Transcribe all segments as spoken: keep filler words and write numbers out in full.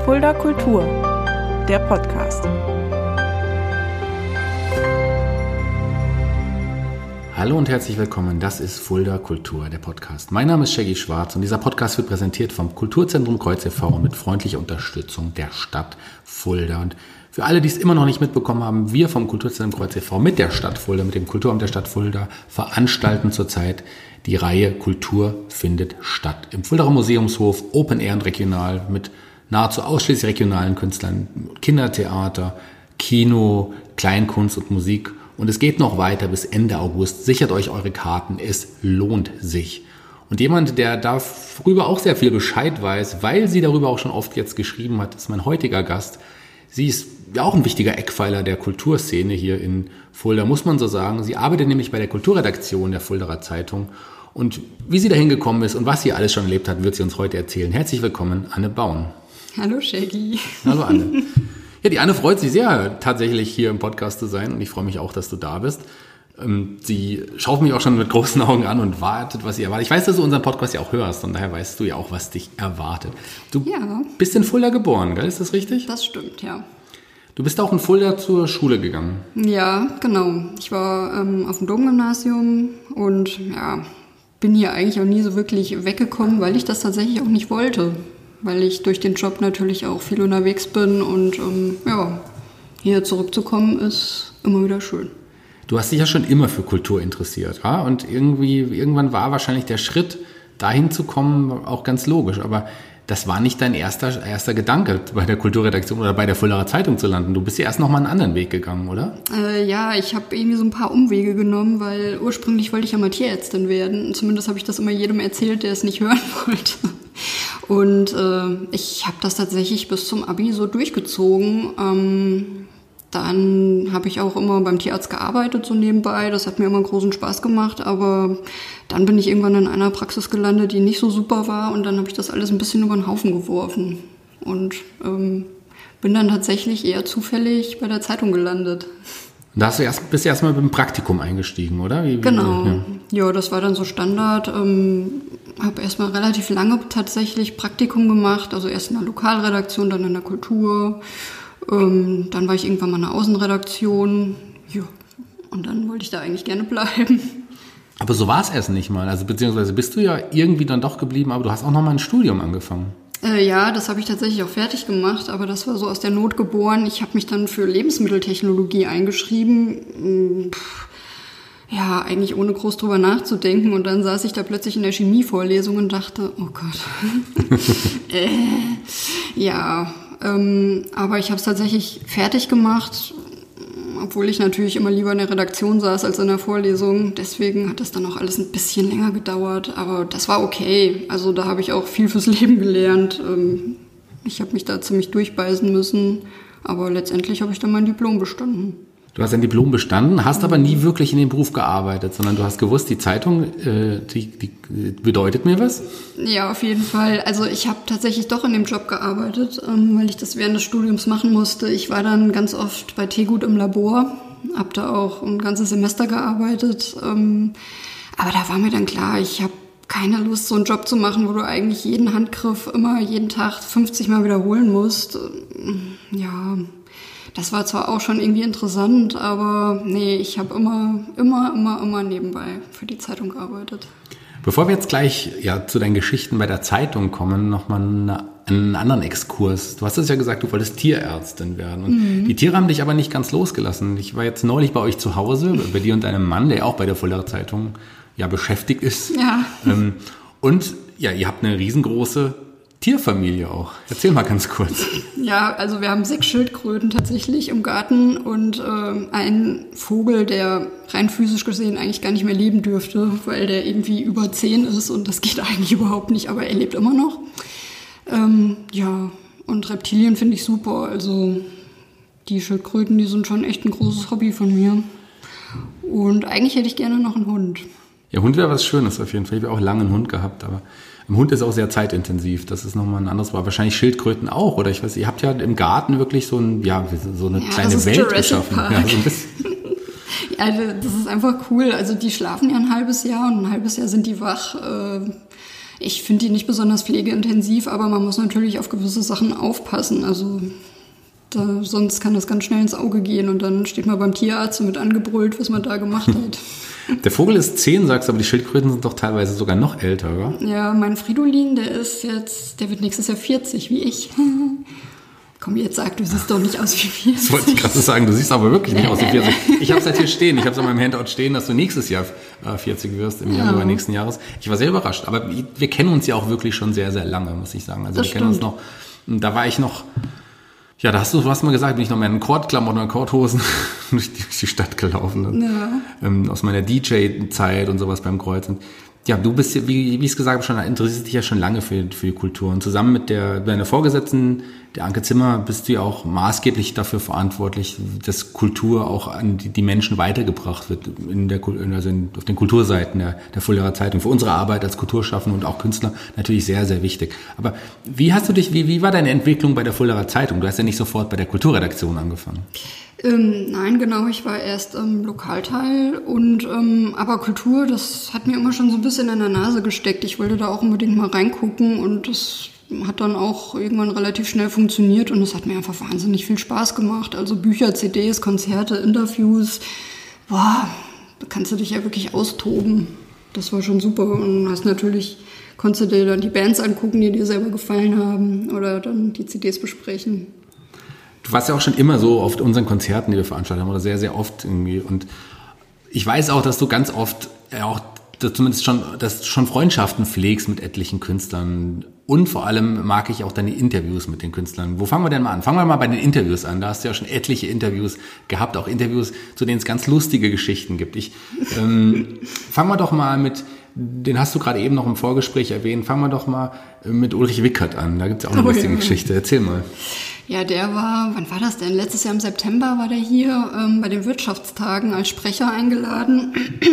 Fulda Kultur, der Podcast. Hallo und herzlich willkommen, das ist Fulda Kultur, der Podcast. Mein Name ist Shaggy Schwarz und dieser Podcast wird präsentiert vom Kulturzentrum Kreuz e V mit freundlicher Unterstützung der Stadt Fulda. Und für alle, die es immer noch nicht mitbekommen haben, wir vom Kulturzentrum Kreuz e V mit der Stadt Fulda, mit dem Kulturamt der Stadt Fulda, veranstalten zurzeit die Reihe Kultur findet statt. Im Fuldaer Museumshof, Open Air und regional, mit nahezu ausschließlich regionalen Künstlern, Kindertheater, Kino, Kleinkunst und Musik. Und es geht noch weiter bis Ende August. Sichert euch eure Karten, es lohnt sich. Und jemand, der darüber auch sehr viel Bescheid weiß, weil sie darüber auch schon oft jetzt geschrieben hat, ist mein heutiger Gast. Sie ist ja auch ein wichtiger Eckpfeiler der Kulturszene hier in Fulda, muss man so sagen. Sie arbeitet nämlich bei der Kulturredaktion der Fuldaer Zeitung. Und wie sie dahin gekommen ist und was sie alles schon erlebt hat, wird sie uns heute erzählen. Herzlich willkommen, Anne Baun. Hallo Shaggy. Hallo Anne. Ja, die Anne freut sich sehr, tatsächlich hier im Podcast zu sein und ich freue mich auch, dass du da bist. Sie schaut mich auch schon mit großen Augen an und wartet, was sie erwartet. Ich weiß, dass du unseren Podcast ja auch hörst und daher weißt du ja auch, was dich erwartet. Du ja. bist in Fulda geboren, gell? Ist das richtig? Das stimmt, ja. Du bist auch in Fulda zur Schule gegangen. Ja, genau. Ich war ähm, auf dem Domgymnasium und ja, bin hier eigentlich auch nie so wirklich weggekommen, weil ich das tatsächlich auch nicht wollte. Weil ich durch den Job natürlich auch viel unterwegs bin und ähm, ja, hier zurückzukommen ist immer wieder schön. Du hast dich ja schon immer für Kultur interessiert, ja? Und irgendwie, irgendwann war wahrscheinlich der Schritt, dahin zu kommen, auch ganz logisch. Aber das war nicht dein erster, erster Gedanke, bei der Kulturredaktion oder bei der Fuldaer Zeitung zu landen. Du bist ja erst noch mal einen anderen Weg gegangen, oder? Äh, ja, ich habe irgendwie so ein paar Umwege genommen, weil ursprünglich wollte ich ja mal Tierärztin werden. Zumindest habe ich das immer jedem erzählt, der es nicht hören wollte. Und äh, ich habe das tatsächlich bis zum Abi so durchgezogen. Ähm, dann habe ich auch immer beim Tierarzt gearbeitet, so nebenbei. Das hat mir immer großen Spaß gemacht. Aber dann bin ich irgendwann in einer Praxis gelandet, die nicht so super war. Und dann habe ich das alles ein bisschen über den Haufen geworfen. Und ähm, bin dann tatsächlich eher zufällig bei der Zeitung gelandet. Da hast du erst, bist du erstmal mit dem Praktikum eingestiegen, oder? Wie, wie, genau. Ja. ja, das war dann so Standard. Ähm, habe erstmal relativ lange tatsächlich Praktikum gemacht. Also erst in der Lokalredaktion, dann in der Kultur. Ähm, dann war ich irgendwann mal in der Außenredaktion. Ja, und dann wollte ich da eigentlich gerne bleiben. Aber so war es erst nicht mal. Also beziehungsweise bist du ja irgendwie dann doch geblieben, aber du hast auch noch mal ein Studium angefangen. Äh, ja, das habe ich tatsächlich auch fertig gemacht, aber das war so aus der Not geboren. Ich habe mich dann für Lebensmitteltechnologie eingeschrieben. Pff, ja, eigentlich ohne groß drüber nachzudenken. Und dann saß ich da plötzlich in der Chemievorlesung und dachte, oh Gott. äh, ja, ähm, aber ich habe es tatsächlich fertig gemacht, obwohl ich natürlich immer lieber in der Redaktion saß als in der Vorlesung. Deswegen hat das dann auch alles ein bisschen länger gedauert. Aber das war okay. Also da habe ich auch viel fürs Leben gelernt. Ich habe mich da ziemlich durchbeißen müssen. Aber letztendlich habe ich dann mein Diplom bestanden. Du hast ein Diplom bestanden, hast aber nie wirklich in dem Beruf gearbeitet, sondern du hast gewusst, die Zeitung, äh, die, die bedeutet mir was? Ja, auf jeden Fall. Also ich habe tatsächlich doch in dem Job gearbeitet, ähm, weil ich das während des Studiums machen musste. Ich war dann ganz oft bei Tegut im Labor, habe da auch ein ganzes Semester gearbeitet. Ähm, aber da war mir dann klar, ich habe keine Lust, so einen Job zu machen, wo du eigentlich jeden Handgriff immer jeden Tag fünfzig Mal wiederholen musst. Ja, das war zwar auch schon irgendwie interessant, aber nee, ich habe immer, immer, immer, immer nebenbei für die Zeitung gearbeitet. Bevor wir jetzt gleich ja, zu deinen Geschichten bei der Zeitung kommen, nochmal eine, einen anderen Exkurs. Du hast es ja gesagt, du wolltest Tierärztin werden. Und mhm. Die Tiere haben dich aber nicht ganz losgelassen. Ich war jetzt neulich bei euch zu Hause, bei dir und deinem Mann, der auch bei der Fuldaer Zeitung ja, beschäftigt ist. Ja. Ähm, und ja, ihr habt eine riesengroße Tierfamilie auch. Erzähl mal ganz kurz. Ja, also wir haben sechs Schildkröten tatsächlich im Garten und äh, einen Vogel, der rein physisch gesehen eigentlich gar nicht mehr leben dürfte, weil der irgendwie über zehn ist und das geht eigentlich überhaupt nicht, aber er lebt immer noch. Ähm, ja, und Reptilien finde ich super. Also die Schildkröten, die sind schon echt ein großes Hobby von mir. Und eigentlich hätte ich gerne noch einen Hund. Ja, Hund wäre was Schönes auf jeden Fall. Ich habe auch lange einen Hund gehabt, aber ein Hund ist auch sehr zeitintensiv. Das ist nochmal ein anderes. War wahrscheinlich Schildkröten auch, oder ich weiß, ihr habt ja im Garten wirklich so ein, ja, so eine ja, kleine Welt Jurassic geschaffen. Park. Ja, so ein bisschen. Ja, das ist einfach cool. Also die schlafen ja ein halbes Jahr und ein halbes Jahr sind die wach. Ich finde die nicht besonders pflegeintensiv, aber man muss natürlich auf gewisse Sachen aufpassen. Also da, sonst kann das ganz schnell ins Auge gehen und dann steht man beim Tierarzt und wird angebrüllt, was man da gemacht hat. Der Vogel ist zehn, sagst du, aber die Schildkröten sind doch teilweise sogar noch älter, oder? Ja, mein Fridolin, der ist jetzt, der wird nächstes Jahr vierzig, wie ich. Komm, jetzt sag, du siehst doch nicht aus wie vierzig. Das wollte ich gerade sagen, du siehst aber wirklich nicht aus wie vierzig. Ich habe es halt hier stehen, ich habe es an meinem Handout stehen, dass du nächstes Jahr vierzig wirst, im Januar ja. nächsten Jahres. Ich war sehr überrascht, aber wir kennen uns ja auch wirklich schon sehr, sehr lange, muss ich sagen. Also das wir stimmt. kennen uns noch, da war ich noch, ja, da hast du, du hast mal gesagt, bin ich noch mehr in Kordklamotten oder Kordhosen durch, die, durch die Stadt gelaufen. Ja. Ähm, aus meiner D J-Zeit und sowas beim Kreuz. Und ja, du bist, wie, wie ich es gesagt habe, schon interessierst dich ja schon lange für, für die Kultur. Und zusammen mit der, deiner Vorgesetzten, der Anke Zimmer, bist du ja auch maßgeblich dafür verantwortlich, dass Kultur auch an die, die Menschen weitergebracht wird, in der, also in, auf den Kulturseiten der, der Fuldaer Zeitung. Für unsere Arbeit als Kulturschaffende und auch Künstler natürlich sehr, sehr wichtig. Aber wie hast du dich, wie, wie war deine Entwicklung bei der Fuldaer Zeitung? Du hast ja nicht sofort bei der Kulturredaktion angefangen. Ähm, nein, genau, ich war erst im ähm, Lokalteil und ähm, aber Kultur, das hat mir immer schon so ein bisschen in der Nase gesteckt. Ich wollte da auch unbedingt mal reingucken und das hat dann auch irgendwann relativ schnell funktioniert und es hat mir einfach wahnsinnig viel Spaß gemacht. Also Bücher, C Ds, Konzerte, Interviews, boah, da kannst du dich ja wirklich austoben. Das war schon super und hast natürlich, konntest du dir dann die Bands angucken, die dir selber gefallen haben oder dann die C Ds besprechen. Du warst ja auch schon immer so auf unseren Konzerten, die wir veranstaltet haben, oder sehr, sehr oft irgendwie. Und ich weiß auch, dass du ganz oft ja auch dass zumindest schon, dass du schon Freundschaften pflegst mit etlichen Künstlern. Und vor allem mag ich auch deine Interviews mit den Künstlern. Wo fangen wir denn mal an? Fangen wir mal bei den Interviews an. Da hast du ja schon etliche Interviews gehabt, auch Interviews, zu denen es ganz lustige Geschichten gibt. Ich ähm, fangen wir doch mal mit, den hast du gerade eben noch im Vorgespräch erwähnt, fangen wir doch mal mit Ulrich Wickert an. Da gibt es auch eine oh, lustige ja. Geschichte. Erzähl mal. Ja, der war, wann war das denn? Letztes Jahr im September war der hier ähm, bei den Wirtschaftstagen als Sprecher eingeladen.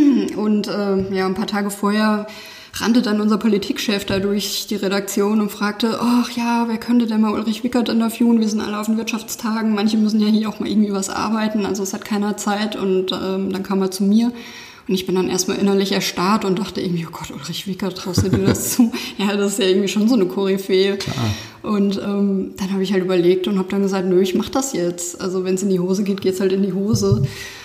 Und äh, ja, ein paar Tage vorher rannte dann unser Politikchef da durch die Redaktion und fragte, ach ja, wer könnte denn mal Ulrich Wickert interviewen? Wir sind alle auf den Wirtschaftstagen, manche müssen ja hier auch mal irgendwie was arbeiten, also es hat keiner Zeit. Und ähm, dann kam er zu mir. Und ich bin dann erstmal innerlich erstarrt und dachte irgendwie, oh Gott, Ulrich Wickert, traust du dir das zu? Ja, das ist ja irgendwie schon so eine Koryphäe. Klar. Und ähm, dann habe ich halt überlegt und habe dann gesagt, nö, ich mach das jetzt. Also wenn es in die Hose geht, geht's halt in die Hose.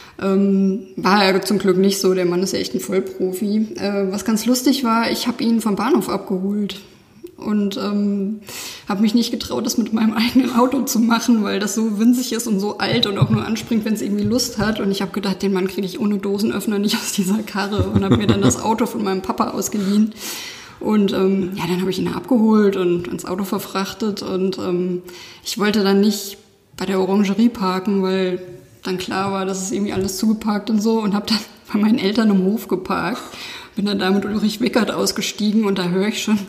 Ähm, war ja zum Glück nicht so, der Mann ist ja echt ein Vollprofi. Äh, was ganz lustig war, ich habe ihn vom Bahnhof abgeholt. Und ähm, habe mich nicht getraut, das mit meinem eigenen Auto zu machen, weil das so winzig ist und so alt und auch nur anspringt, wenn es irgendwie Lust hat. Und ich habe gedacht, den Mann kriege ich ohne Dosenöffner nicht aus dieser Karre und habe mir dann das Auto von meinem Papa ausgeliehen. Und ähm, ja, dann habe ich ihn abgeholt und ins Auto verfrachtet. Und ähm, ich wollte dann nicht bei der Orangerie parken, weil dann klar war, dass es irgendwie alles zugeparkt und so. Und habe dann bei meinen Eltern im Hof geparkt. Bin dann da mit Ulrich Wickert ausgestiegen und da höre ich schon,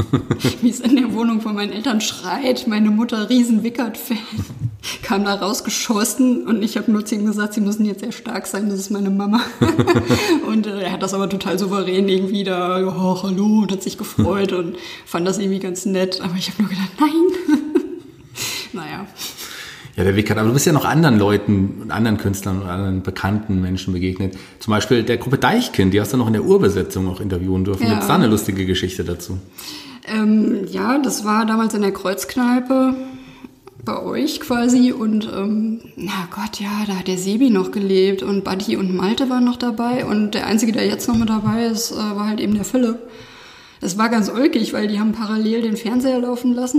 wie es in der Wohnung von meinen Eltern schreit. Meine Mutter, riesen Wickert-Fan, kam da rausgeschossen und ich habe nur zu ihm gesagt, sie müssen jetzt sehr stark sein, das ist meine Mama. Und äh, er hat das aber total souverän irgendwie da, oh, hallo, und hat sich gefreut und fand das irgendwie ganz nett. Aber ich habe nur gedacht, nein. Naja. Ja, der Wickert, aber du bist ja noch anderen Leuten, anderen Künstlern und anderen bekannten Menschen begegnet. Zum Beispiel der Gruppe Deichkind, die hast du noch in der Urbesetzung auch interviewen dürfen. Ja. Gibt es da eine lustige Geschichte dazu? Ähm, ja, das war damals in der Kreuzkneipe bei euch quasi und ähm, na Gott, ja, da hat der Sebi noch gelebt und Buddy und Malte waren noch dabei und der Einzige, der jetzt noch mit dabei ist, äh, war halt eben der Philipp. Es war ganz ulkig, weil die haben parallel den Fernseher laufen lassen.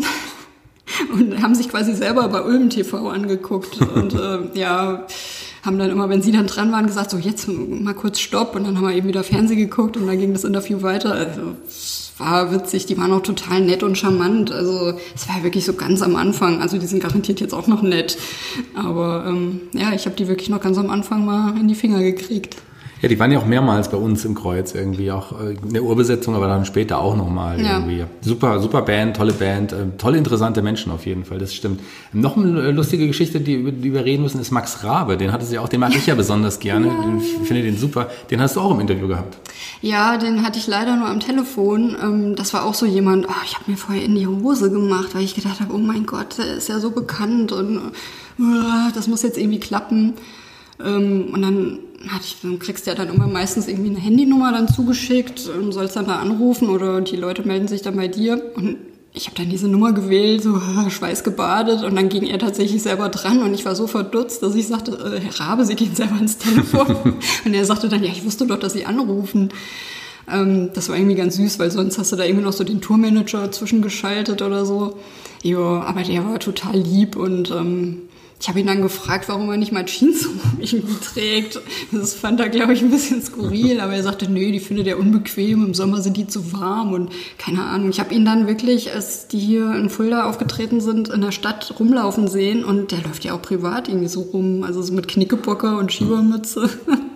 Und haben sich quasi selber bei Ulm T V angeguckt und äh, ja, haben dann immer, wenn sie dann dran waren, gesagt, so jetzt mal kurz Stopp und dann haben wir eben wieder Fernsehen geguckt und dann ging das Interview weiter. Also es war witzig, die waren auch total nett und charmant, also es war wirklich so ganz am Anfang, also die sind garantiert jetzt auch noch nett, aber ähm, ja, ich habe die wirklich noch ganz am Anfang mal in die Finger gekriegt. Ja, die waren ja auch mehrmals bei uns im Kreuz irgendwie, auch in der Urbesetzung, aber dann später auch nochmal ja. irgendwie. Super, super Band, tolle Band, äh, tolle, interessante Menschen auf jeden Fall, das stimmt. Noch eine lustige Geschichte, die, über die wir reden müssen, ist Max Rabe. Den hatte sie auch, den mag ich ja besonders gerne, ja. Ich finde den super. Den hast du auch im Interview gehabt. Ja, den hatte ich leider nur am Telefon. Das war auch so jemand, oh, ich habe mir vorher in die Hose gemacht, weil ich gedacht habe, oh mein Gott, der ist ja so bekannt und uh, das muss jetzt irgendwie klappen. Ähm, und dann hatte ich, dann kriegst du ja dann immer meistens irgendwie eine Handynummer dann zugeschickt, ähm, sollst dann da anrufen oder die Leute melden sich dann bei dir. Und ich habe dann diese Nummer gewählt, so schweißgebadet, und dann ging er tatsächlich selber dran und ich war so verdutzt, dass ich sagte, äh, Herr Rabe, Sie gehen selber ins Telefon. Und er sagte dann, ja, ich wusste doch, dass Sie anrufen. Ähm, das war irgendwie ganz süß, weil sonst hast du da irgendwie noch so den Tourmanager zwischengeschaltet oder so. Ja, aber der war total lieb und ähm, ich habe ihn dann gefragt, warum er nicht mal Jeans irgendwie trägt. Das fand er, glaube ich, ein bisschen skurril, aber er sagte, nö, die findet er unbequem, im Sommer sind die zu warm und keine Ahnung. Ich habe ihn dann wirklich, als die hier in Fulda aufgetreten sind, in der Stadt rumlaufen sehen und der läuft ja auch privat irgendwie so rum, also so mit Knickebocker und Schiebermütze.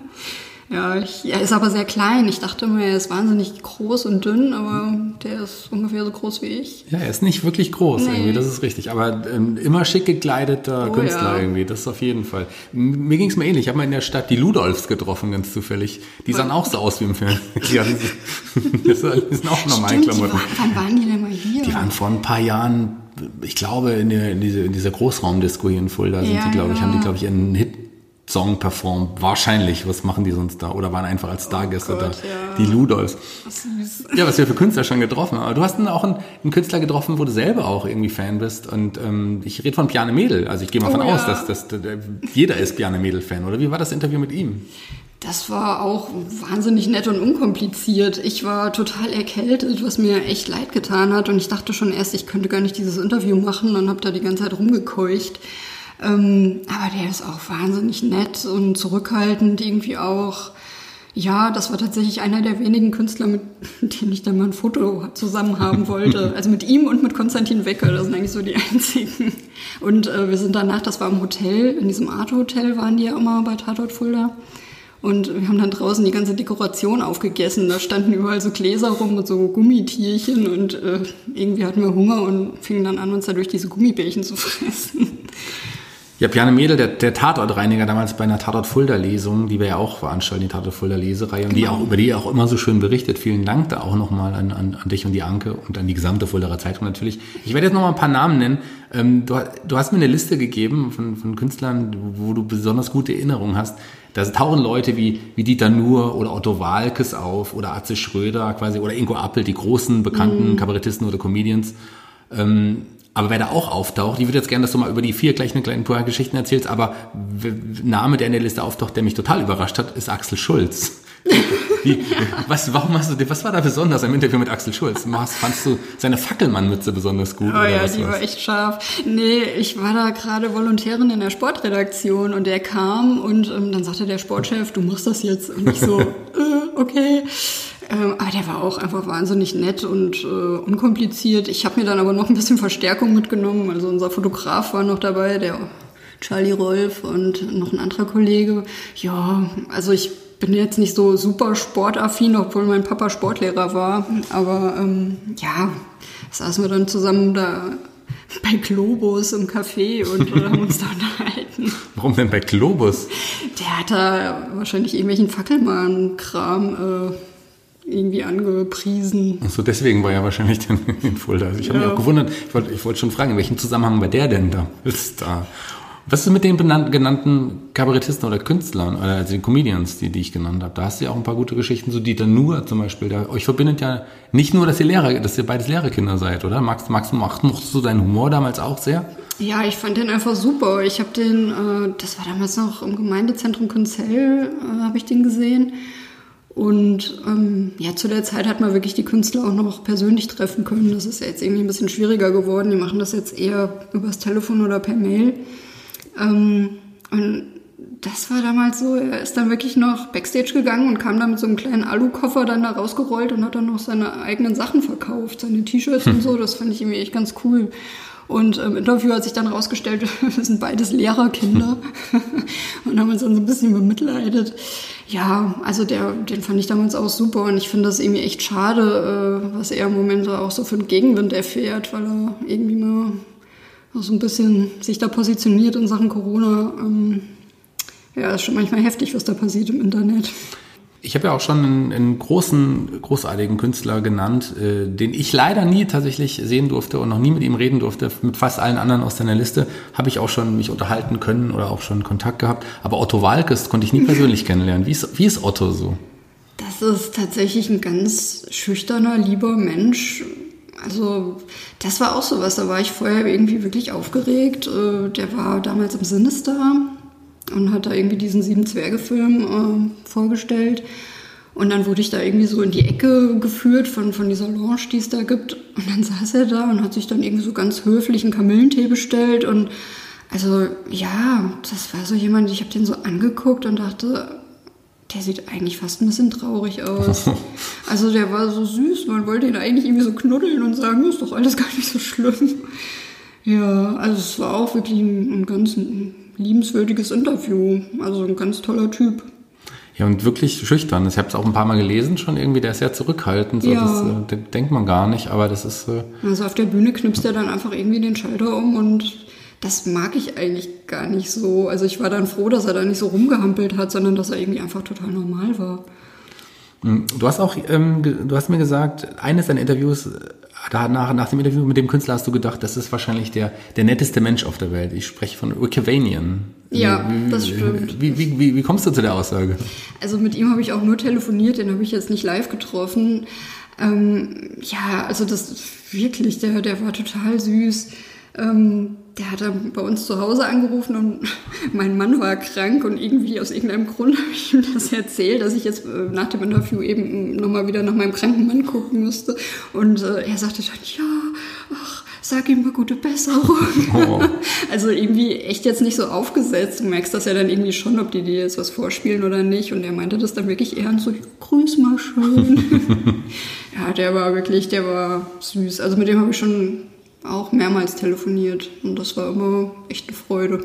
Ja, ich, er ist aber sehr klein. Ich dachte immer, er ist wahnsinnig groß und dünn, aber der ist ungefähr so groß wie ich. Ja, er ist nicht wirklich groß Nee. irgendwie, das ist richtig. Aber ähm, immer schick gekleideter Oh, Künstler ja. irgendwie, das ist auf jeden Fall. M- Mir ging's mal ähnlich. Ich habe mal in der Stadt die Ludolfs getroffen, ganz zufällig. Die sahen auch so aus wie im Film. Die, hatten, das sind auch normale Stimmt, die Klamotten. waren, wann waren die denn mal hier? Die waren vor ein paar Jahren, ich glaube, in, der, in, diese, in dieser Großraumdisco hier in Fulda sind Ja, die, glaube ich, ja. haben die, glaube ich, einen Hit Song performt. Wahrscheinlich. Was machen die sonst da? Oder waren einfach als Stargäste Oh Gott, da? ja. Die Ludolfs. Süß. Ja, was wir für Künstler schon getroffen haben. Aber du hast dann auch einen, einen Künstler getroffen, wo du selber auch irgendwie Fan bist. Und ähm, ich rede von Bjarne Mädel. Also ich gehe mal Oh, von ja. aus, dass, dass, dass jeder ist Bjarne Mädel-Fan. Oder wie war das Interview mit ihm? Das war auch wahnsinnig nett und unkompliziert. Ich war total erkältet, was mir echt leid getan hat. Und ich dachte schon erst, ich könnte gar nicht dieses Interview machen und habe da die ganze Zeit rumgekeucht. Ähm, aber der ist auch wahnsinnig nett und zurückhaltend irgendwie auch. Ja, das war tatsächlich einer der wenigen Künstler, mit denen ich dann mal ein Foto zusammen haben wollte. Also mit ihm und mit Konstantin Wecker, das sind eigentlich so die einzigen. Und äh, wir sind danach, das war im Hotel, in diesem Art-Hotel waren die ja immer bei Tatort Fulda. Und wir haben dann draußen die ganze Dekoration aufgegessen. Da standen überall so Gläser rum mit so Gummitierchen und äh, irgendwie hatten wir Hunger und fingen dann an, uns da durch diese Gummibärchen zu fressen. Ja, Bjarne Mädel, der, der Tatortreiniger damals bei einer Tatort-Fulda-Lesung, die wir ja auch veranstalten, die Tatort-Fulda-Lesereihe, und die auch, über die auch immer so schön berichtet. Vielen Dank da auch nochmal an, an, an dich und die Anke und an die gesamte Fuldaer Zeitung natürlich. Ich werde jetzt nochmal ein paar Namen nennen. Ähm, du, du hast mir eine Liste gegeben von, von Künstlern, wo du besonders gute Erinnerungen hast. Da tauchen Leute wie, wie Dieter Nuhr oder Otto Waalkes auf oder Atze Schröder quasi oder Ingo Appelt, die großen bekannten mm. Kabarettisten oder Comedians. Ähm, Aber wer da auch auftaucht, ich würde jetzt gerne, dass du mal über die vier gleich eine kleine paar Geschichten erzählst, aber w- Name, der in der Liste auftaucht, der mich total überrascht hat, ist Axel Schulz. Wie, was, warum hast du, was war da besonders im Interview mit Axel Schulz? Was, fandst du seine Fackelmann-Mütze besonders gut? Oh oder ja, was die war's? war echt scharf. Nee, ich war da gerade Volontärin in der Sportredaktion und der kam und ähm, dann sagte der Sportchef, du machst das jetzt. Und ich so, äh, okay. Ähm, aber der war auch einfach wahnsinnig nett und äh, unkompliziert. Ich habe mir dann aber noch ein bisschen Verstärkung mitgenommen. Also unser Fotograf war noch dabei, der Charlie Rolf und noch ein anderer Kollege. Ja, also ich bin jetzt nicht so super sportaffin, obwohl mein Papa Sportlehrer war. Aber ähm, ja, saßen wir dann zusammen da bei Globus im Café und äh, haben uns da unterhalten. Warum denn bei Globus? Der hat da wahrscheinlich irgendwelchen Fackelmann-Kram äh, irgendwie angepriesen. Achso, deswegen war er wahrscheinlich dann in Fulda. Also ich habe Ja. mich auch gewundert, ich wollte ich wollte schon fragen, in welchem Zusammenhang war der denn da? Ist da? Was ist mit den benannten, genannten Kabarettisten oder Künstlern, oder also den Comedians, die, die ich genannt habe? Da hast du ja auch ein paar gute Geschichten, so Dieter Nuhr zum Beispiel. Da, euch verbindet ja nicht nur, dass ihr Lehrer, dass ihr beides Lehrerkinder seid, oder? Magst, magst, magst, mochtest du deinen Humor damals auch sehr? Ja, ich fand den einfach super. Ich habe den, äh, das war damals noch im Gemeindezentrum Künzell, äh, habe ich den gesehen. Und ähm, ja, zu der Zeit hat man wirklich die Künstler auch noch persönlich treffen können. Das ist ja jetzt irgendwie ein bisschen schwieriger geworden. Die machen das jetzt eher übers Telefon oder per Mail. Ähm, und das war damals so, er ist dann wirklich noch Backstage gegangen und kam dann mit so einem kleinen Alukoffer dann da rausgerollt und hat dann noch seine eigenen Sachen verkauft, seine T-Shirts und so. Das fand ich irgendwie echt ganz cool. Und im Interview hat sich dann rausgestellt, wir sind beides Lehrerkinder und haben uns dann so ein bisschen bemitleidet. Ja, also der, den fand ich damals auch super und ich finde das irgendwie echt schade, was er im Moment auch so für einen Gegenwind erfährt, weil er irgendwie mal auch so ein bisschen sich da positioniert in Sachen Corona. Ja, ist schon manchmal heftig, was da passiert im Internet. Ich habe ja auch schon einen, einen großen, großartigen Künstler genannt, äh, den ich leider nie tatsächlich sehen durfte und noch nie mit ihm reden durfte. Mit fast allen anderen aus deiner Liste habe ich auch schon mich unterhalten können oder auch schon Kontakt gehabt. Aber Otto Waalkes konnte ich nie persönlich kennenlernen. Wie ist, wie ist Otto so? Das ist tatsächlich ein ganz schüchterner, lieber Mensch. Also das war auch sowas. Da war ich vorher irgendwie wirklich aufgeregt. Der war damals im Sinister und hat da irgendwie diesen Sieben-Zwerge-Film äh, vorgestellt. Und dann wurde ich da irgendwie so in die Ecke geführt von, von dieser Lounge, die es da gibt. Und dann saß er da und hat sich dann irgendwie so ganz höflich einen Kamillentee bestellt. Und also ja, das war so jemand, ich habe den so angeguckt und dachte, der sieht eigentlich fast ein bisschen traurig aus. Also der war so süß, man wollte ihn eigentlich irgendwie so knuddeln und sagen, ist doch alles gar nicht so schlimm. Ja, also es war auch wirklich ein, ein ganz liebenswürdiges Interview. Also ein ganz toller Typ. Ja, und wirklich schüchtern. Ich habe es auch ein paar Mal gelesen schon irgendwie, der ist sehr zurückhaltend. So, ja. Das äh, denkt man gar nicht, aber das ist... Äh also auf der Bühne knipst er dann einfach irgendwie den Schalter um und das mag ich eigentlich gar nicht so. Also ich war dann froh, dass er da nicht so rumgehampelt hat, sondern dass er irgendwie einfach total normal war. Du hast auch, ähm, du hast mir gesagt, eines deiner Interviews, danach, nach dem Interview mit dem Künstler hast du gedacht, das ist wahrscheinlich der, der netteste Mensch auf der Welt. Ich spreche von Wikivanian. Ja, wie, das stimmt. Wie, wie, wie, wie kommst du zu der Aussage? Also mit ihm habe ich auch nur telefoniert, den habe ich jetzt nicht live getroffen. Ähm, ja, also das wirklich, der, der war total süß. Ähm, der hat dann bei uns zu Hause angerufen und mein Mann war krank und irgendwie aus irgendeinem Grund habe ich ihm das erzählt, dass ich jetzt äh, nach dem Interview eben nochmal wieder nach meinem kranken Mann gucken müsste. Und äh, er sagte dann, ja, ach, sag ihm mal gute Besserung. Oh. Also irgendwie echt jetzt nicht so aufgesetzt. Du merkst das ja dann irgendwie schon, ob die dir jetzt was vorspielen oder nicht. Und er meinte das dann wirklich eher so, grüß mal schön. Ja, der war wirklich, der war süß. Also mit dem habe ich schon auch mehrmals telefoniert und das war immer echt eine Freude.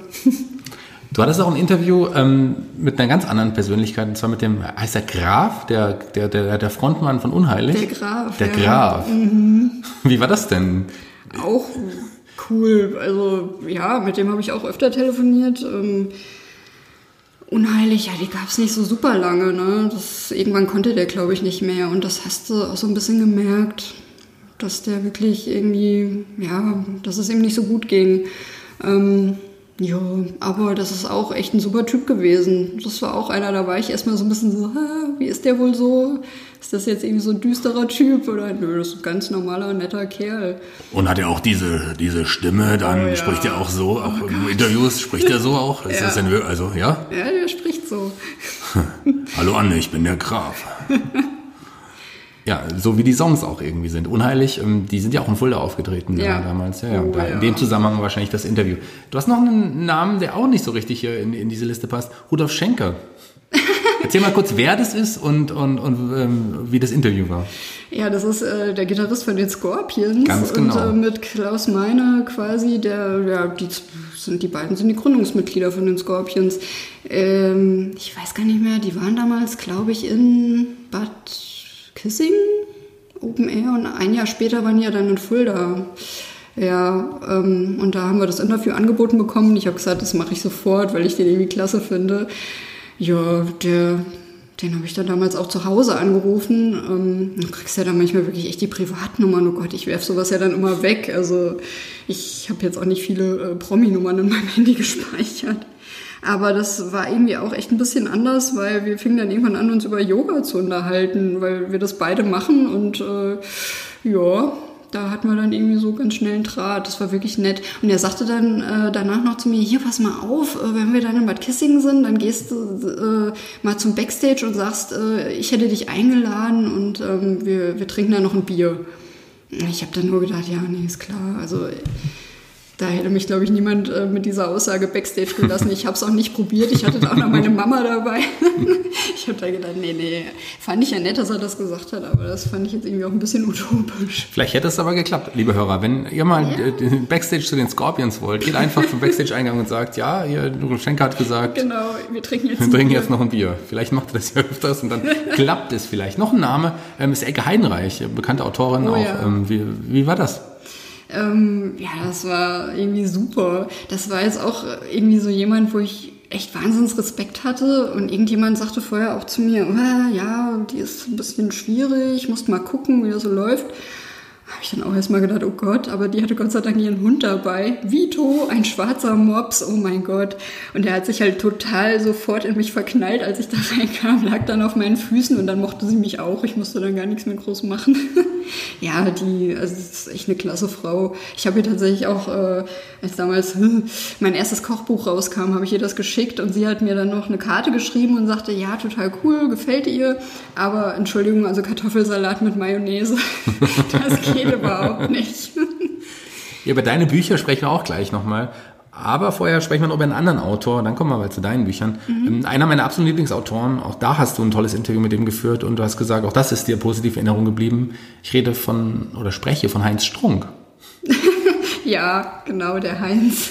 Du hattest auch ein Interview ähm, mit einer ganz anderen Persönlichkeit, und zwar mit dem, heißt der Graf, der, der, der, der Frontmann von Unheilig? Der Graf, Der ja. Graf. Mhm. Wie war das denn? Auch cool, also ja, mit dem habe ich auch öfter telefoniert. Ähm, Unheilig, ja, die gab es nicht so super lange, ne? Das, irgendwann konnte der, glaube ich, nicht mehr und das hast du auch so ein bisschen gemerkt, dass der wirklich irgendwie, ja, dass es ihm nicht so gut ging. Ähm, ja, aber das ist auch echt ein super Typ gewesen. Das war auch einer, da war ich erstmal so ein bisschen so, wie ist der wohl so? Ist das jetzt irgendwie so ein düsterer Typ? Oder nö, das ist ein ganz normaler, netter Kerl. Und hat er auch diese, diese Stimme, dann oh, ja. spricht er auch so, auch oh, in Interviews spricht er so auch? Ist ja. das denn, also, ja? Ja, der spricht so. Hallo Anne, ich bin der Graf. Ja, so wie die Songs auch irgendwie sind. Unheilig, die sind ja auch in Fulda aufgetreten ja. damals. Ja, ja. Oh, Da, in ja. dem Zusammenhang wahrscheinlich das Interview. Du hast noch einen Namen, der auch nicht so richtig hier in, in diese Liste passt. Rudolf Schenker. Erzähl mal kurz, wer das ist und, und, und ähm, wie das Interview war. Ja, das ist äh, der Gitarrist von den Scorpions. Ganz genau. Und äh, mit Klaus Meiner quasi, der, ja, die sind, die beiden sind die Gründungsmitglieder von den Scorpions. Ähm, ich weiß gar nicht mehr, die waren damals, glaube ich, in Bad Kissing, Open Air, und ein Jahr später waren die ja dann in Fulda. Ja, ähm, und da haben wir das Interview angeboten bekommen. Ich habe gesagt, das mache ich sofort, weil ich den irgendwie klasse finde. Ja, der, den habe ich dann damals auch zu Hause angerufen. Ähm, du kriegst ja dann manchmal wirklich echt die Privatnummern. Oh Gott, ich werf sowas ja dann immer weg. Also ich habe jetzt auch nicht viele äh, Promi-Nummern in meinem Handy gespeichert. Aber das war irgendwie auch echt ein bisschen anders, weil wir fingen dann irgendwann an, uns über Yoga zu unterhalten, weil wir das beide machen und äh, ja, da hatten wir dann irgendwie so ganz schnell einen Draht. Das war wirklich nett. Und er sagte dann äh, danach noch zu mir, hier, pass mal auf, äh, wenn wir dann in Bad Kissingen sind, dann gehst du äh, mal zum Backstage und sagst, äh, ich hätte dich eingeladen und ähm, wir, wir trinken da noch ein Bier. Ich habe dann nur gedacht, ja, nee, ist klar, also da hätte mich, glaube ich, niemand äh, mit dieser Aussage Backstage gelassen. Ich habe es auch nicht probiert. Ich hatte da auch noch meine Mama dabei. Ich habe da gedacht, nee, nee. Fand ich ja nett, dass er das gesagt hat, aber das fand ich jetzt irgendwie auch ein bisschen utopisch. Vielleicht hätte es aber geklappt, liebe Hörer. Wenn ihr mal ja. äh, Backstage zu den Scorpions wollt, geht einfach zum Backstage-Eingang und sagt, ja, hier, Rudolf Schenker hat gesagt, genau, wir trinken jetzt, wir trinken jetzt noch ein Bier. Vielleicht macht er das ja öfters und dann klappt es vielleicht. Noch ein Name ähm, ist Elke Heidenreich, bekannte Autorin oh, auch. Ja. Ähm, wie, wie war das? Ähm, ja, das war irgendwie super. Das war jetzt auch irgendwie so jemand, wo ich echt wahnsinns Respekt hatte und irgendjemand sagte vorher auch zu mir, oh, ja, die ist ein bisschen schwierig, musst mal gucken, wie das so läuft. Habe ich dann auch erstmal gedacht, oh Gott, aber die hatte Gott sei Dank ihren Hund dabei. Vito, ein schwarzer Mops, oh mein Gott. Und der hat sich halt total sofort in mich verknallt, als ich da reinkam, lag dann auf meinen Füßen und dann mochte sie mich auch. Ich musste dann gar nichts mehr groß machen. Ja, die, also das ist echt eine klasse Frau. Ich habe ihr tatsächlich auch, äh, als damals mein erstes Kochbuch rauskam, habe ich ihr das geschickt und sie hat mir dann noch eine Karte geschrieben und sagte, ja, total cool, gefällt ihr, aber Entschuldigung, also Kartoffelsalat mit Mayonnaise, das geht überhaupt nicht. Ja, über deine Bücher sprechen wir auch gleich nochmal. Aber vorher sprechen wir noch über einen anderen Autor, dann kommen wir mal zu deinen Büchern. Mhm. Einer meiner absoluten Lieblingsautoren, auch da hast du ein tolles Interview mit ihm geführt und du hast gesagt, auch das ist dir positiv in Erinnerung geblieben. Ich rede von, oder spreche von Heinz Strunk. Ja, genau, der Heinz.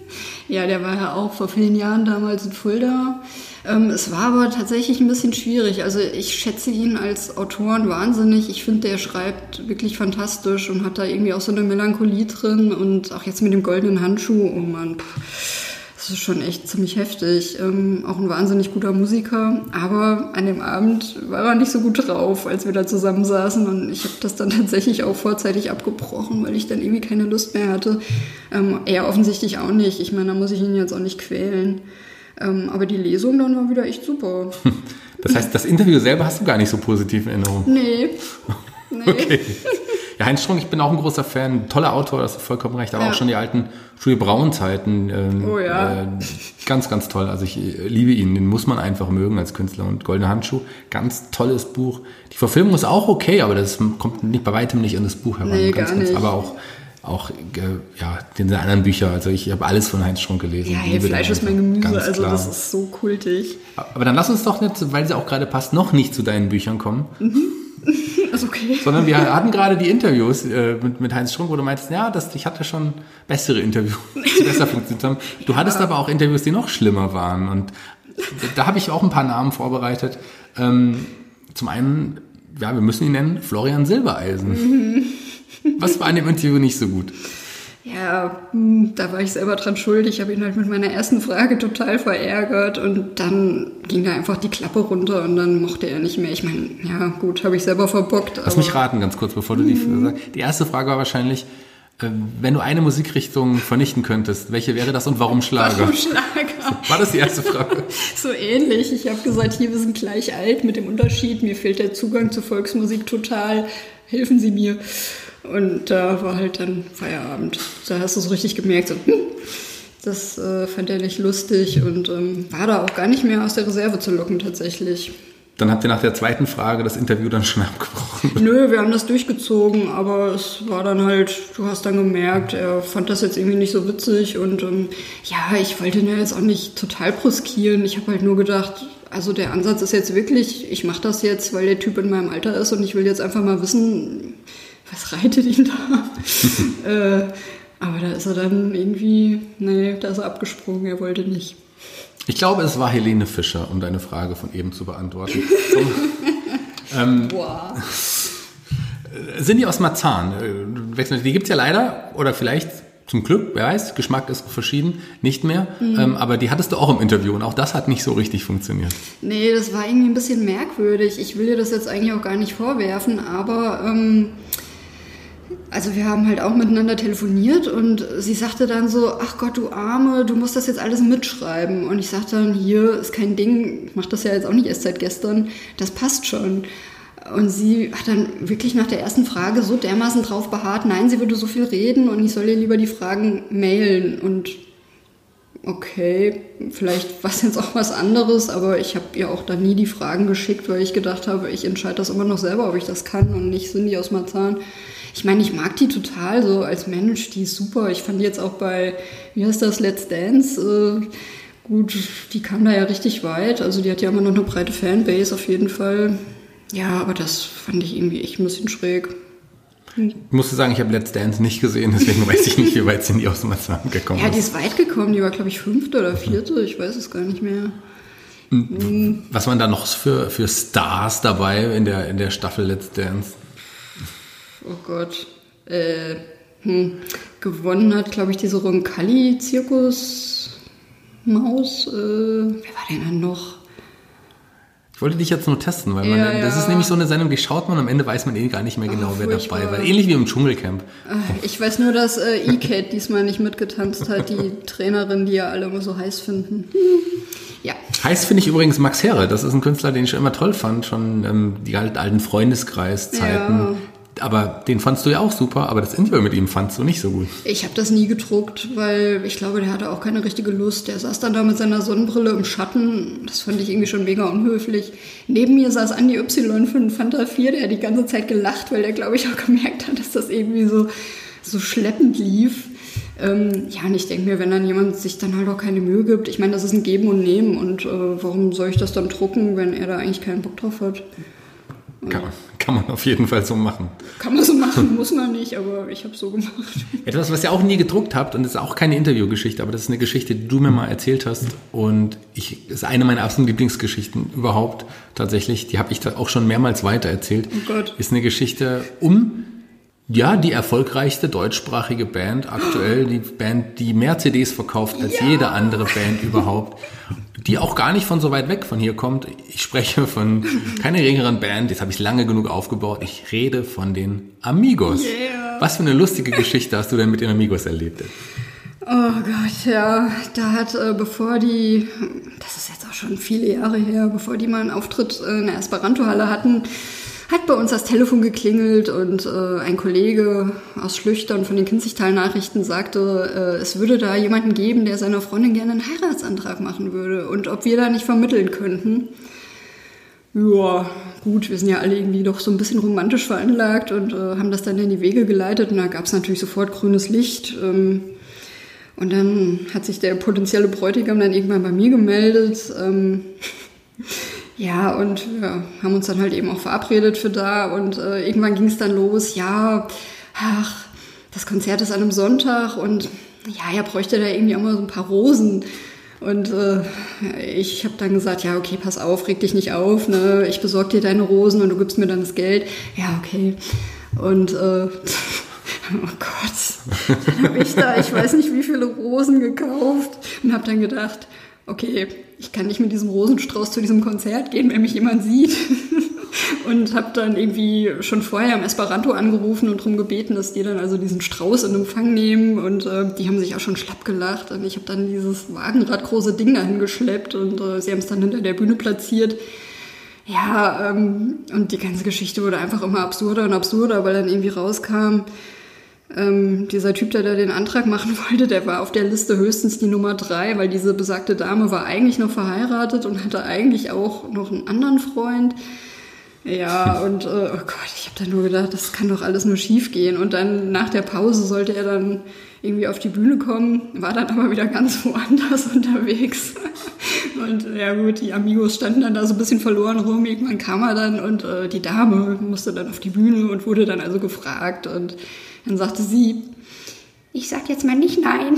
Ja, der war ja auch vor vielen Jahren damals in Fulda. Ähm, es war aber tatsächlich ein bisschen schwierig. Also ich schätze ihn als Autoren wahnsinnig. Ich finde, der schreibt wirklich fantastisch und hat da irgendwie auch so eine Melancholie drin. Und auch jetzt mit dem goldenen Handschuh, oh Mann, pff, das ist schon echt ziemlich heftig. Ähm, auch ein wahnsinnig guter Musiker. Aber an dem Abend war er nicht so gut drauf, als wir da zusammensaßen. Und ich habe das dann tatsächlich auch vorzeitig abgebrochen, weil ich dann irgendwie keine Lust mehr hatte. Ähm, er offensichtlich auch nicht. Ich meine, da muss ich ihn jetzt auch nicht quälen. Ähm, aber die Lesung dann war wieder echt super. Das heißt, das Interview selber hast du gar nicht so positiv in Erinnerung? Nee. nee. Okay. Ja, Heinz Strunk, ich bin auch ein großer Fan, toller Autor, das ist vollkommen recht, aber ja. Auch schon die alten Julie Braun-Zeiten. Ähm, oh ja. Äh, ganz, ganz toll. Also ich äh, liebe ihn, den muss man einfach mögen als Künstler. Und Goldener Handschuh, ganz tolles Buch. Die Verfilmung ist auch okay, aber das kommt nicht bei weitem nicht an das Buch heran. Nee, ganz, gar nicht. Ganz, aber auch auch äh, ja, den anderen Bücher, also ich habe alles von Heinz Strunk gelesen. Ja, hey, Fleisch ist mein Gemüse, ganz also klar. Das ist so kultig. Aber dann lass uns doch nicht, weil sie auch gerade passt, noch nicht zu deinen Büchern kommen. Mhm. Ist okay. Sondern wir hatten gerade die Interviews äh, mit, mit Heinz Strunk, wo du meinst, ja, das, ich hatte schon bessere Interviews, die besser funktioniert haben. Du ja. hattest aber auch Interviews, die noch schlimmer waren und da habe ich auch ein paar Namen vorbereitet. Ähm, zum einen, ja, wir müssen ihn nennen, Florian Silbereisen. Mhm. Was war an dem Interview nicht so gut? Ja, da war ich selber dran schuld. Ich habe ihn halt mit meiner ersten Frage total verärgert und dann ging da einfach die Klappe runter und dann mochte er nicht mehr. Ich meine, ja gut, habe ich selber verbockt. Lass mich raten ganz kurz, bevor du die mhm. sagst. Die erste Frage war wahrscheinlich, äh, wenn du eine Musikrichtung vernichten könntest, welche wäre das und warum Schlager? Warum Schlager? War das die erste Frage? So ähnlich. Ich habe gesagt, hier, wir sind gleich alt mit dem Unterschied. Mir fehlt der Zugang zur Volksmusik total. Helfen Sie mir. Und da war halt dann Feierabend. Da hast du es richtig gemerkt. So, hm, das äh, fand er nicht lustig und ähm, war da auch gar nicht mehr aus der Reserve zu locken tatsächlich. Dann habt ihr nach der zweiten Frage das Interview dann schon abgebrochen? Nö, wir haben das durchgezogen, aber es war dann halt, du hast dann gemerkt, er fand das jetzt irgendwie nicht so witzig und ähm, ja, ich wollte ihn ja jetzt auch nicht total bruskieren. Ich habe halt nur gedacht, also der Ansatz ist jetzt wirklich, ich mache das jetzt, weil der Typ in meinem Alter ist und ich will jetzt einfach mal wissen, was reitet ihn da? äh, aber da ist er dann irgendwie, nee, da ist er abgesprungen, er wollte nicht. Ich glaube, es war Helene Fischer, um deine Frage von eben zu beantworten. ähm, Boah. Sind die aus Marzahn? Die gibt es ja leider, oder vielleicht zum Glück, wer weiß, Geschmack ist verschieden, nicht mehr. Mhm. Ähm, aber die hattest du auch im Interview und auch das hat nicht so richtig funktioniert. Nee, das war irgendwie ein bisschen merkwürdig. Ich will dir das jetzt eigentlich auch gar nicht vorwerfen, aber ähm, also wir haben halt auch miteinander telefoniert und sie sagte dann so, ach Gott, du Arme, du musst das jetzt alles mitschreiben. Und ich sagte dann, hier ist kein Ding, ich mache das ja jetzt auch nicht erst seit gestern, das passt schon. Und sie hat dann wirklich nach der ersten Frage so dermaßen drauf beharrt, nein, sie würde so viel reden und ich soll ihr lieber die Fragen mailen. Und okay, vielleicht war es jetzt auch was anderes, aber ich habe ihr auch da nie die Fragen geschickt, weil ich gedacht habe, ich entscheide das immer noch selber, ob ich das kann und nicht Cindy aus Marzahn. Ich meine, ich mag die total so als Mensch, die ist super. Ich fand die jetzt auch bei, wie heißt das, Let's Dance, äh, gut, die kam da ja richtig weit. Also die hat ja immer noch eine breite Fanbase auf jeden Fall. Ja, aber das fand ich irgendwie echt ein bisschen schräg. Ich musste sagen, ich habe Let's Dance nicht gesehen, deswegen weiß ich nicht, wie weit sind die aus Marzahn gekommen ist. Ja, die ist weit gekommen, die war, glaube ich, fünfte oder vierte, ich weiß es gar nicht mehr. Was waren da noch für, für Stars dabei in der, in der Staffel Let's Dance? Oh Gott. Äh, hm. Gewonnen hat, glaube ich, diese Roncalli-Zirkus. Maus, äh, wer war denn dann noch? Ich wollte dich jetzt nur testen, weil man, ja, das ja. ist nämlich so eine Sendung, die schaut man, am Ende weiß man eh gar nicht mehr genau, oh, wer dabei war. Ähnlich wie im Dschungelcamp. Ich weiß nur, dass äh, E-Cat diesmal nicht mitgetanzt hat, die Trainerin, die ja alle immer so heiß finden. Hm. Ja. Heiß finde ich übrigens Max Herre. Das ist ein Künstler, den ich schon immer toll fand, schon ähm, die alten Freundeskreiszeiten. Ja. Aber den fandst du ja auch super, aber das Interview mit ihm fandst du nicht so gut. Ich habe das nie gedruckt, weil ich glaube, der hatte auch keine richtige Lust. Der saß dann da mit seiner Sonnenbrille im Schatten. Das fand ich irgendwie schon mega unhöflich. Neben mir saß Andi Y von Fanta vier, der hat die ganze Zeit gelacht, weil der, glaube ich, auch gemerkt hat, dass das irgendwie so, so schleppend lief. Ähm, ja, und ich denke mir, wenn dann jemand sich dann halt auch keine Mühe gibt, ich meine, das ist ein Geben und Nehmen. Und äh, warum soll ich das dann drucken, wenn er da eigentlich keinen Bock drauf hat? Kann man, kann man auf jeden Fall so machen. Kann man so machen, muss man nicht, aber ich habe so gemacht. Etwas, was ihr auch nie gedruckt habt, und das ist auch keine Interviewgeschichte, aber das ist eine Geschichte, die du mir mal erzählt hast. Und ich, das ist eine meiner absoluten Lieblingsgeschichten überhaupt tatsächlich. Die habe ich da auch schon mehrmals weitererzählt. Oh Gott. Ist eine Geschichte um, ja, die erfolgreichste deutschsprachige Band aktuell. Die Band, die mehr C Ds verkauft als ja. jede andere Band überhaupt. Die auch gar nicht von so weit weg von hier kommt. Ich spreche von keiner geringeren Band, das habe ich lange genug aufgebaut. Ich rede von den Amigos. Yeah. Was für eine lustige Geschichte hast du denn mit den Amigos erlebt? Oh Gott, ja, da hat, äh, bevor die, das ist jetzt auch schon viele Jahre her, bevor die mal einen Auftritt in der Esperanto-Halle hatten, hat bei uns das Telefon geklingelt und äh, ein Kollege aus Schlüchtern von den Kinzigtal-Nachrichten sagte, äh, es würde da jemanden geben, der seiner Freundin gerne einen Heiratsantrag machen würde und ob wir da nicht vermitteln könnten. Ja, gut, wir sind ja alle irgendwie doch so ein bisschen romantisch veranlagt und äh, haben das dann in die Wege geleitet und da gab es natürlich sofort grünes Licht. Ähm, und dann hat sich der potenzielle Bräutigam dann irgendwann bei mir gemeldet. Ähm, Ja, und wir haben uns dann halt eben auch verabredet für da und äh, irgendwann ging es dann los, ja, ach, das Konzert ist an einem Sonntag und ja, er bräuchte da irgendwie auch mal so ein paar Rosen. Und äh, ich habe dann gesagt, ja, okay, pass auf, reg dich nicht auf, ne? Ich besorge dir deine Rosen und du gibst mir dann das Geld. Ja, okay. Und äh, oh Gott, dann habe ich da, ich weiß nicht wie viele Rosen gekauft und habe dann gedacht, okay, ich kann nicht mit diesem Rosenstrauß zu diesem Konzert gehen, wenn mich jemand sieht. Und habe dann irgendwie schon vorher am Esperanto angerufen und darum gebeten, dass die dann also diesen Strauß in Empfang nehmen. Und äh, die haben sich auch schon schlapp gelacht. Und ich habe dann dieses wagenradgroße Ding dahin geschleppt und äh, sie haben es dann hinter der Bühne platziert. Ja, ähm, und die ganze Geschichte wurde einfach immer absurder und absurder, weil dann irgendwie rauskam, Ähm, dieser Typ, der da den Antrag machen wollte, der war auf der Liste höchstens die Nummer drei, weil diese besagte Dame war eigentlich noch verheiratet und hatte eigentlich auch noch einen anderen Freund. Ja, und äh, oh Gott, ich habe dann nur gedacht, das kann doch alles nur schief gehen. Und dann nach der Pause sollte er dann irgendwie auf die Bühne kommen, war dann aber wieder ganz woanders unterwegs. Und ja gut, die Amigos standen dann da so ein bisschen verloren rum. Irgendwann kam er dann und äh, die Dame musste dann auf die Bühne und wurde dann also gefragt. Und dann sagte sie, ich sag jetzt mal nicht nein.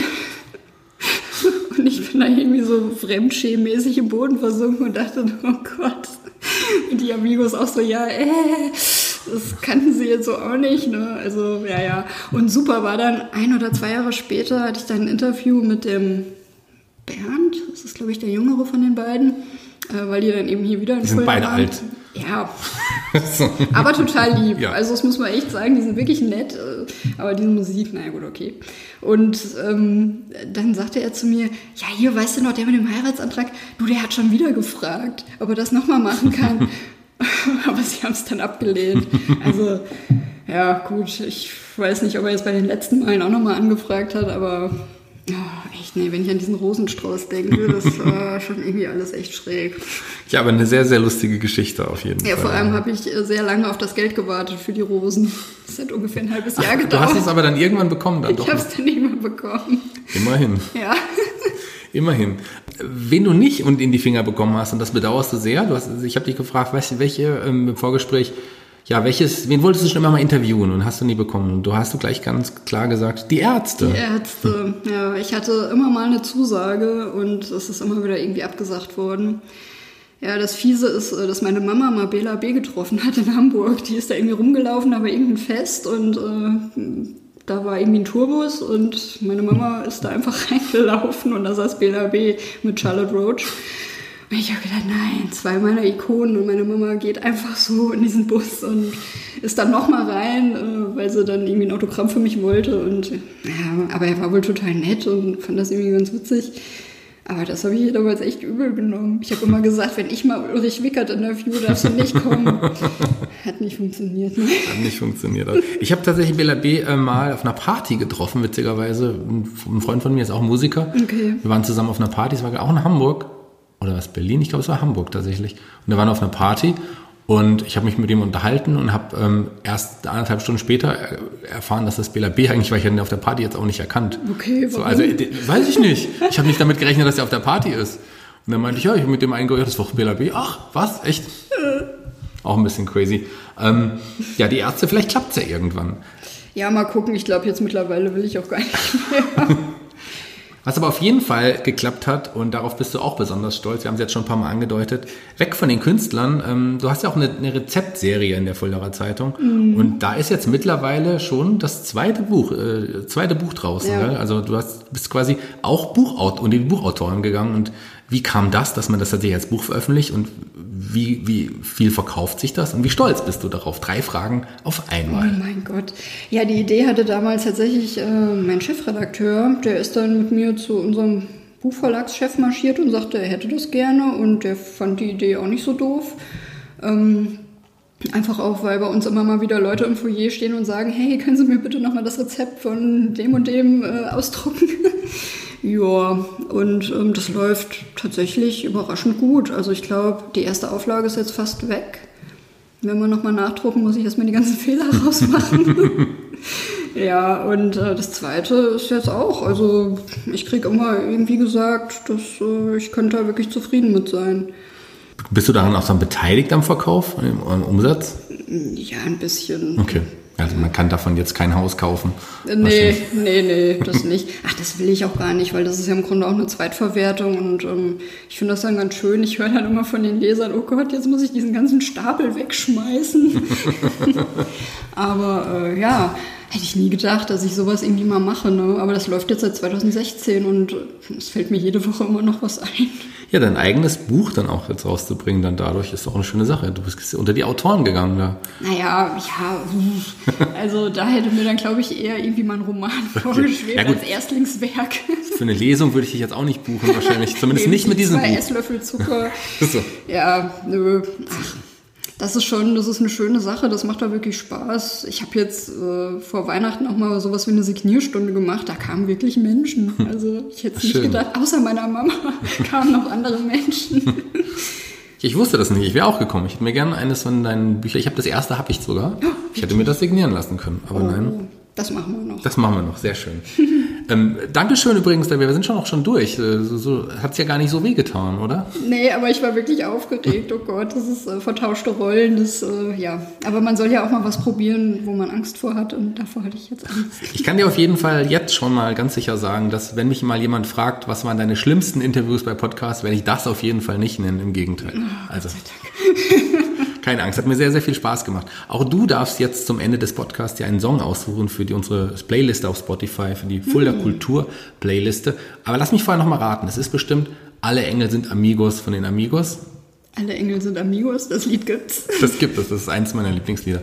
Und ich bin da irgendwie so fremdschämmäßig im Boden versunken und dachte, oh Gott. Und die Amigos auch so, ja, äh, das kannten sie jetzt so auch nicht, ne? Also, ja, ja. Und super war dann, ein oder zwei Jahre später hatte ich dann ein Interview mit dem Bernd, das ist, glaube ich, der Jüngere von den beiden, äh, weil die dann eben hier wieder in Die sind beide waren. alt. Ja, aber total lieb. Ja. Also das muss man echt sagen, die sind wirklich nett, äh, aber diese Musik, naja gut, okay. Und ähm, dann sagte er zu mir, ja hier, weißt du noch, der mit dem Heiratsantrag, du, der hat schon wieder gefragt, ob er das nochmal machen kann. Aber sie haben es dann abgelehnt. Also, ja gut, ich weiß nicht, ob er jetzt bei den letzten Malen auch nochmal angefragt hat, aber oh, echt, nee, wenn ich an diesen Rosenstrauß denke, das war schon irgendwie alles echt schräg. Ja, aber eine sehr, sehr lustige Geschichte auf jeden ja, Fall. Ja, vor allem habe ich sehr lange auf das Geld gewartet für die Rosen. Das hat ungefähr ein halbes Jahr Ach, gedauert. Du hast es aber dann irgendwann bekommen. Dann ich doch habe es dann irgendwann bekommen. Immerhin. Ja. Immerhin. Wen du nicht und in die Finger bekommen hast, und das bedauerst du sehr, du hast, ich habe dich gefragt, welche, welche ähm, im Vorgespräch, ja, welches, wen wolltest du schon immer mal interviewen und hast du nie bekommen? Und du hast du gleich ganz klar gesagt, die Ärzte. Die Ärzte, ja. Ich hatte immer mal eine Zusage und es ist immer wieder irgendwie abgesagt worden. Ja, das Fiese ist, dass meine Mama mal Bela B. getroffen hat in Hamburg. Die ist da irgendwie rumgelaufen, aber irgendein Fest und äh, da war irgendwie ein Tourbus und meine Mama ist da einfach reingelaufen und da saß Bela B. mit Charlotte Roach. Und ich habe gedacht, nein, zwei meiner Ikonen und meine Mama geht einfach so in diesen Bus und ist dann nochmal rein, weil sie dann irgendwie ein Autogramm für mich wollte. Und ja, aber er war wohl total nett und fand das irgendwie ganz witzig. Aber das habe ich damals echt übel genommen. Ich habe immer gesagt, wenn ich mal Ulrich Wickert interview, darfst du nicht kommen. Hat nicht funktioniert. Ne? Hat nicht funktioniert. Ich habe tatsächlich Bela B. Äh, mal auf einer Party getroffen, witzigerweise. Ein Freund von mir ist auch Musiker. Okay. Wir waren zusammen auf einer Party, es war auch in Hamburg. Oder was, Berlin? Ich glaube, es war Hamburg tatsächlich. Und wir waren auf einer Party und ich habe mich mit ihm unterhalten und habe ähm, erst anderthalb Stunden später erfahren, dass das Bela B. eigentlich war. Ich hätte ihn auf der Party jetzt auch nicht erkannt. Okay, warum? So, also, weiß ich nicht. Ich habe nicht damit gerechnet, dass er auf der Party ist. Und dann meinte ich, ja, ich habe mit dem einen gehört, das war Bela B. Ach, was? Echt? Auch ein bisschen crazy. Ähm, ja, die Ärzte, vielleicht klappt es ja irgendwann. Ja, mal gucken. Ich glaube, jetzt mittlerweile will ich auch gar nicht mehr. Was aber auf jeden Fall geklappt hat, und darauf bist du auch besonders stolz, wir haben es jetzt schon ein paar Mal angedeutet, weg von den Künstlern. Ähm, du hast ja auch eine, eine Rezeptserie in der Fuldaer Zeitung. Mhm. Und da ist jetzt mittlerweile schon das zweite Buch, äh, zweite Buch draußen. Ja. Gell? Also du hast, bist quasi auch Buchaut und die Buchautoren gegangen. Und wie kam das, dass man das tatsächlich als Buch veröffentlicht? Und wie, wie viel verkauft sich das? Und wie stolz bist du darauf? Drei Fragen auf einmal. Oh mein Gott. Ja, die Idee hatte damals tatsächlich äh, mein Chefredakteur. Der ist dann mit mir zu unserem Buchverlagschef marschiert und sagte, er hätte das gerne. Und der fand die Idee auch nicht so doof. Ähm, einfach auch, weil bei uns immer mal wieder Leute im Foyer stehen und sagen, hey, können Sie mir bitte nochmal das Rezept von dem und dem äh, ausdrucken? Ja, und ähm, das läuft tatsächlich überraschend gut. Also ich glaube, die erste Auflage ist jetzt fast weg. Wenn wir nochmal nachdrucken, muss ich erstmal die ganzen Fehler rausmachen. Ja, und äh, das zweite ist jetzt auch. Also ich kriege immer irgendwie gesagt, dass äh, ich könnte da wirklich zufrieden mit sein. Bist du daran auch dann beteiligt am Verkauf, am Umsatz? Ja, ein bisschen. Okay. Also man kann davon jetzt kein Haus kaufen. Nee, nee, nee, das nicht. Ach, das will ich auch gar nicht, weil das ist ja im Grunde auch eine Zweitverwertung und ähm, ich finde das dann ganz schön. Ich höre dann immer von den Lesern, oh Gott, jetzt muss ich diesen ganzen Stapel wegschmeißen. Aber äh, ja, hätte ich nie gedacht, dass ich sowas irgendwie mal mache. Ne? Aber das läuft jetzt seit zwanzig sechzehn und es fällt mir jede Woche immer noch was ein. Ja, dein eigenes Buch dann auch jetzt rauszubringen, dann dadurch ist auch eine schöne Sache. Du bist unter die Autoren gegangen da. Naja, ja, also da hätte mir dann, glaube ich, eher irgendwie mal ein Roman vorgeschwebt ja, als Erstlingswerk. Für eine Lesung würde ich dich jetzt auch nicht buchen wahrscheinlich, zumindest nicht mit diesem zwei Buch. Esslöffel Zucker. So. Ja, nö. Ach. Das ist schon, das ist eine schöne Sache, das macht da wirklich Spaß. Ich habe jetzt äh, vor Weihnachten auch mal sowas wie eine Signierstunde gemacht, da kamen wirklich Menschen. Also ich hätte es nicht gedacht, außer meiner Mama kamen noch andere Menschen. Ich wusste das nicht, ich wäre auch gekommen. Ich hätte mir gerne eines von deinen Büchern, ich habe das erste, habe ich sogar. Oh, ich hätte mir das signieren lassen können, aber oh, nein. Das machen wir noch. Das machen wir noch, sehr schön. ähm, Dankeschön übrigens, wir sind schon auch schon durch. So, so, hat es ja gar nicht so wehgetan, oder? Nee, aber ich war wirklich aufgeregt. Oh Gott, das ist äh, vertauschte Rollen. Das, äh, ja. Aber man soll ja auch mal was probieren, wo man Angst vor hat. Und davor hatte ich jetzt Angst. Ich kann dir auf jeden Fall jetzt schon mal ganz sicher sagen, dass wenn mich mal jemand fragt, was waren deine schlimmsten Interviews bei Podcasts, werde ich das auf jeden Fall nicht nennen. Im Gegenteil. Also. Keine Angst, hat mir sehr, sehr viel Spaß gemacht. Auch du darfst jetzt zum Ende des Podcasts ja einen Song aussuchen für die, unsere Playliste auf Spotify, für die Fulda mhm. Kultur Playliste. Aber lass mich vorher noch mal raten. Es ist bestimmt Alle Engel sind Amigos von den Amigos. Alle Engel sind Amigos, das Lied gibt's. Das gibt es, das ist eins meiner Lieblingslieder.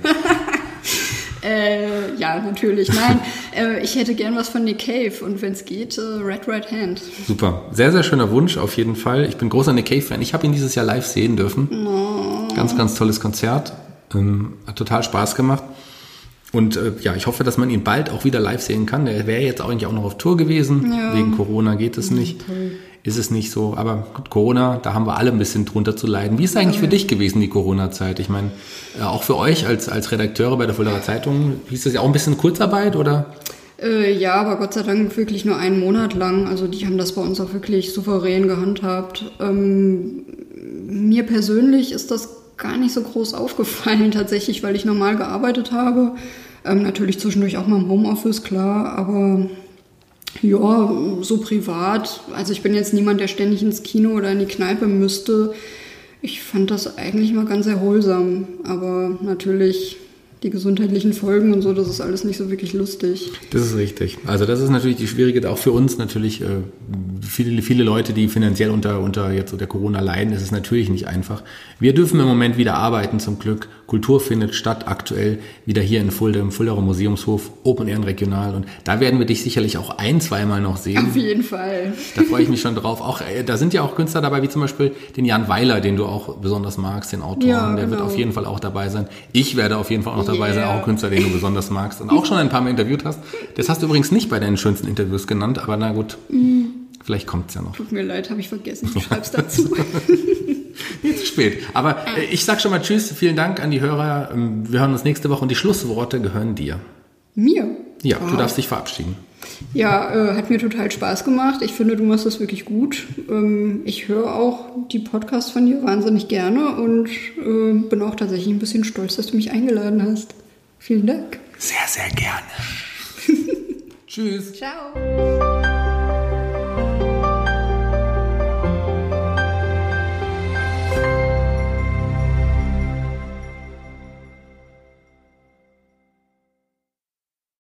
Äh, ja, natürlich. Nein, äh, ich hätte gern was von Nick Cave und wenn es geht, äh, Red Right Hand. Super. Sehr, sehr schöner Wunsch auf jeden Fall. Ich bin großer Nick Cave-Fan. Ich habe ihn dieses Jahr live sehen dürfen. No. Ganz, ganz tolles Konzert. Ähm, hat total Spaß gemacht. Und äh, ja, ich hoffe, dass man ihn bald auch wieder live sehen kann. Der wäre jetzt eigentlich auch noch auf Tour gewesen. Ja. Wegen Corona geht es nicht. Toll. Ist es nicht so. Aber gut, Corona, da haben wir alle ein bisschen drunter zu leiden. Wie ist es eigentlich für dich gewesen, die Corona-Zeit? Ich meine, äh, auch für euch als, als Redakteure bei der Fuldaer Zeitung, hieß das ja auch ein bisschen Kurzarbeit, oder? Äh, ja, aber Gott sei Dank wirklich nur einen Monat lang. Also die haben das bei uns auch wirklich souverän gehandhabt. Ähm, mir persönlich ist das gar nicht so groß aufgefallen tatsächlich, weil ich normal gearbeitet habe. Ähm, natürlich zwischendurch auch mal im Homeoffice, klar, aber ja, so privat. Also ich bin jetzt niemand, der ständig ins Kino oder in die Kneipe müsste. Ich fand das eigentlich mal ganz erholsam, aber natürlich die gesundheitlichen Folgen und so, das ist alles nicht so wirklich lustig. Das ist richtig. Also das ist natürlich die schwierige, auch für uns natürlich, äh, viele, viele Leute, die finanziell unter, unter jetzt unter Corona leiden, ist es natürlich nicht einfach. Wir dürfen im Moment wieder arbeiten, zum Glück. Kultur findet statt, aktuell wieder hier in Fulda, im Fuldaer Museumshof, Open Air und Regional. Und da werden wir dich sicherlich auch ein, zweimal noch sehen. Auf jeden Fall. Da freue ich mich schon drauf. Auch, äh, da sind ja auch Künstler dabei, wie zum Beispiel den Jan Weiler, den du auch besonders magst, den Autoren. Ja, der genau. wird auf jeden Fall auch dabei sein. Ich werde auf jeden Fall auch noch dabei Yeah. sein, auch ein Künstler, den du besonders magst und auch schon ein paar Mal interviewt hast. Das hast du übrigens nicht bei deinen schönsten Interviews genannt, aber na gut, mm. vielleicht kommt es ja noch. Tut mir leid, habe ich vergessen. Ich schreib's dazu. Nicht zu spät. Aber äh, ich sag schon mal Tschüss, vielen Dank an die Hörer. Ähm, Wir hören uns nächste Woche und die Schlussworte gehören dir. Mir? Ja, wow. Du darfst dich verabschieden. Ja, äh, hat mir total Spaß gemacht. Ich finde, du machst das wirklich gut. Ähm, ich höre auch die Podcasts von dir wahnsinnig gerne und äh, bin auch tatsächlich ein bisschen stolz, dass du mich eingeladen hast. Vielen Dank. Sehr, sehr gerne. Tschüss. Ciao.